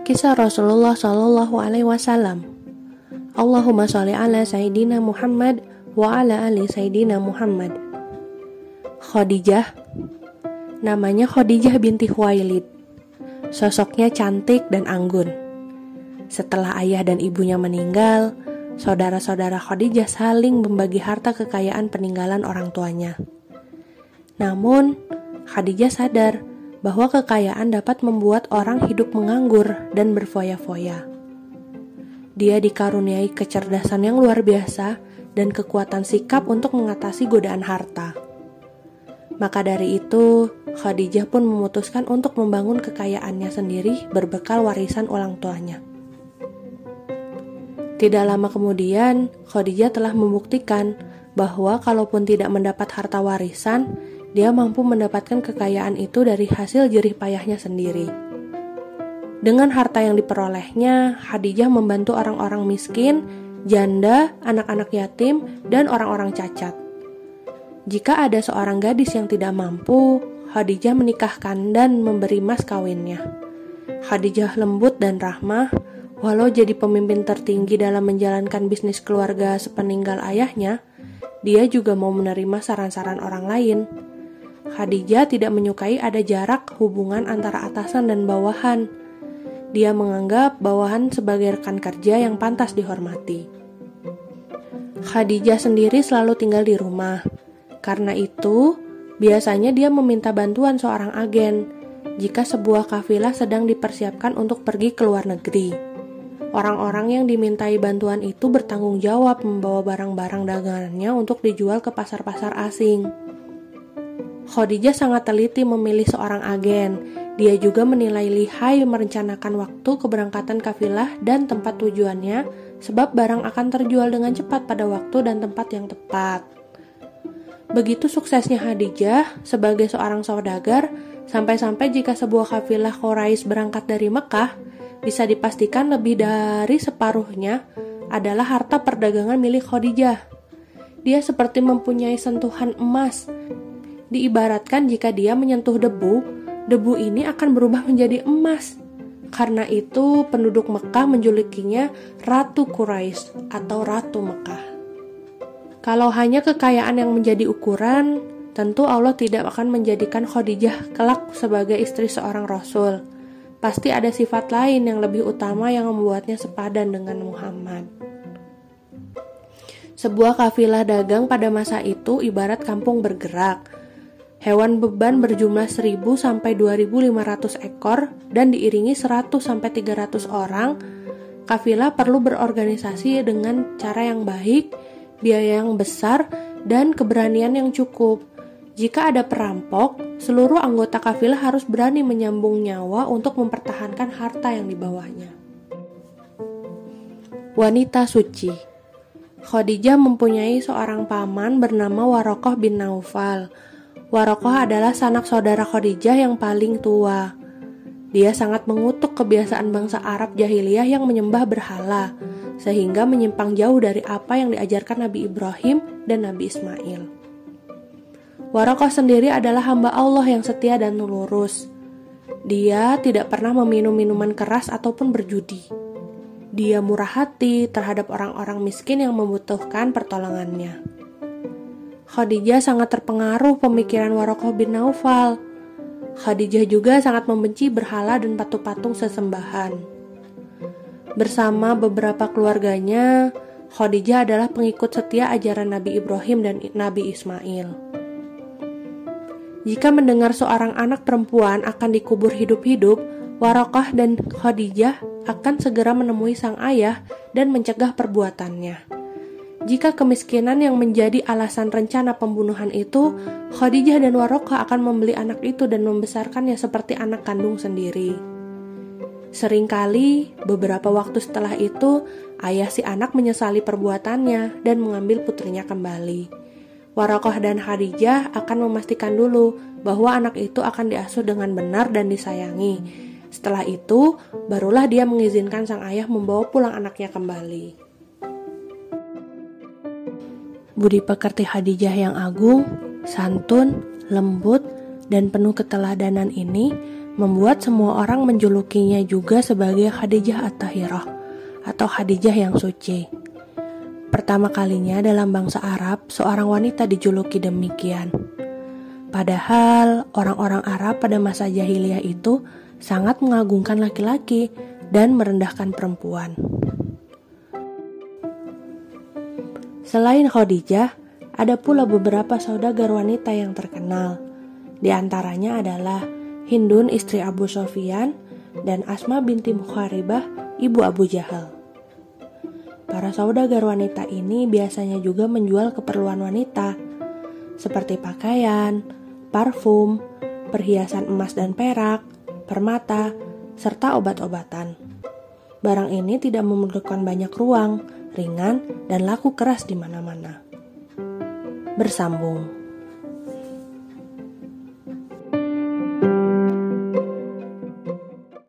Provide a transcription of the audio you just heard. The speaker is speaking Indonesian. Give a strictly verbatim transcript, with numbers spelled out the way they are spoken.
Kisah Rasulullah Shallallahu Alaihi Wasallam. Allahumma sholli ala Sayyidina Muhammad wa ala ali Sayyidina Muhammad. Khadijah. Namanya Khadijah binti Khuwailid. Sosoknya cantik dan anggun. Setelah ayah dan ibunya meninggal, saudara-saudara Khadijah saling membagi harta kekayaan peninggalan orang tuanya. Namun, Khadijah sadar bahwa kekayaan dapat membuat orang hidup menganggur dan berfoya-foya. Dia dikaruniai kecerdasan yang luar biasa dan kekuatan sikap untuk mengatasi godaan harta. Maka dari itu, Khadijah pun memutuskan untuk membangun kekayaannya sendiri berbekal warisan ulang tuanya. Tidak lama kemudian, Khadijah telah membuktikan bahwa kalaupun tidak mendapat harta warisan, dia mampu mendapatkan kekayaan itu dari hasil jerih payahnya sendiri. Dengan harta yang diperolehnya, Khadijah membantu orang-orang miskin, janda, anak-anak yatim, dan orang-orang cacat. Jika ada seorang gadis yang tidak mampu, Khadijah menikahkan dan memberi mas kawinnya. Khadijah lembut dan rahmah, walau jadi pemimpin tertinggi dalam menjalankan bisnis keluarga sepeninggal ayahnya, dia juga mau menerima saran-saran orang lain. Khadijah tidak menyukai ada jarak hubungan antara atasan dan bawahan. Dia menganggap bawahan sebagai rekan kerja yang pantas dihormati. Khadijah sendiri selalu tinggal di rumah. Karena itu, biasanya dia meminta bantuan seorang agen jika sebuah kafilah sedang dipersiapkan untuk pergi ke luar negeri. Orang-orang yang dimintai bantuan itu bertanggung jawab membawa barang-barang dagangannya untuk dijual ke pasar-pasar asing. Khadijah sangat teliti memilih seorang agen. Dia juga menilai lihai merencanakan waktu keberangkatan kafilah dan tempat tujuannya, sebab barang akan terjual dengan cepat pada waktu dan tempat yang tepat. Begitu suksesnya Khadijah sebagai seorang saudagar, sampai-sampai jika sebuah kafilah Quraisy berangkat dari Mekah, bisa dipastikan lebih dari separuhnya adalah harta perdagangan milik Khadijah. Dia seperti mempunyai sentuhan emas. Diibaratkan jika dia menyentuh debu, debu ini akan berubah menjadi emas. Karena itu penduduk Mekah menjulukinya Ratu Quraisy atau Ratu Mekah. Kalau hanya kekayaan yang menjadi ukuran, tentu Allah tidak akan menjadikan Khadijah kelak sebagai istri seorang Rasul. Pasti ada sifat lain yang lebih utama yang membuatnya sepadan dengan Muhammad. Sebuah kafilah dagang pada masa itu ibarat kampung bergerak. Hewan beban berjumlah seribu sampai dua ribu lima ratus ekor dan diiringi seratus sampai tiga ratus orang. Kafilah perlu berorganisasi dengan cara yang baik, biaya yang besar, dan keberanian yang cukup. Jika ada perampok, seluruh anggota kafilah harus berani menyambung nyawa untuk mempertahankan harta yang dibawanya. Wanita suci. Khadijah mempunyai seorang paman bernama Waraqah bin Naufal. Waraqah adalah sanak saudara Khadijah yang paling tua. Dia sangat mengutuk kebiasaan bangsa Arab jahiliyah yang menyembah berhala, sehingga menyimpang jauh dari apa yang diajarkan Nabi Ibrahim dan Nabi Ismail. Waraqah sendiri adalah hamba Allah yang setia dan lurus. Dia tidak pernah meminum minuman keras ataupun berjudi. Dia murah hati terhadap orang-orang miskin yang membutuhkan pertolongannya. Khadijah sangat terpengaruh pemikiran Waraqah bin Naufal. Khadijah juga sangat membenci berhala dan patung-patung sesembahan. Bersama beberapa keluarganya, Khadijah adalah pengikut setia ajaran Nabi Ibrahim dan Nabi Ismail. Jika mendengar seorang anak perempuan akan dikubur hidup-hidup, Waraqah dan Khadijah akan segera menemui sang ayah dan mencegah perbuatannya. Jika kemiskinan yang menjadi alasan rencana pembunuhan itu, Khadijah dan Waraqah akan membeli anak itu dan membesarkannya seperti anak kandung sendiri. Seringkali, beberapa waktu setelah itu, ayah si anak menyesali perbuatannya dan mengambil putrinya kembali. Waraqah dan Khadijah akan memastikan dulu bahwa anak itu akan diasuh dengan benar dan disayangi. Setelah itu, barulah dia mengizinkan sang ayah membawa pulang anaknya kembali. Budi pekerti Khadijah yang agung, santun, lembut, dan penuh keteladanan ini membuat semua orang menjulukinya juga sebagai Khadijah At-Tahirah atau Khadijah yang suci. Pertama kalinya dalam bangsa Arab, seorang wanita dijuluki demikian. Padahal orang-orang Arab pada masa jahiliyah itu sangat mengagungkan laki-laki dan merendahkan perempuan. Selain Khadijah, ada pula beberapa saudagar wanita yang terkenal. Di antaranya adalah Hindun istri Abu Sufyan dan Asma binti Mukharibah ibu Abu Jahal. Para saudagar wanita ini biasanya juga menjual keperluan wanita seperti pakaian, parfum, perhiasan emas dan perak, permata, serta obat-obatan. Barang ini tidak memerlukan banyak ruang, ringan, dan laku keras di mana-mana. Bersambung.